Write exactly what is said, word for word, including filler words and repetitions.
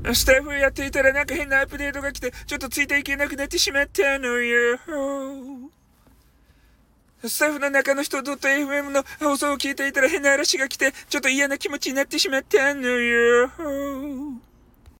スタッフやっていたらなんか変なアップデートが来て、ちょっとついていけなくなってしまったのよ。スタッフの中の人 .fm の放送を聞いていたら変な嵐が来て、ちょっと嫌な気持ちになってしまったのよ。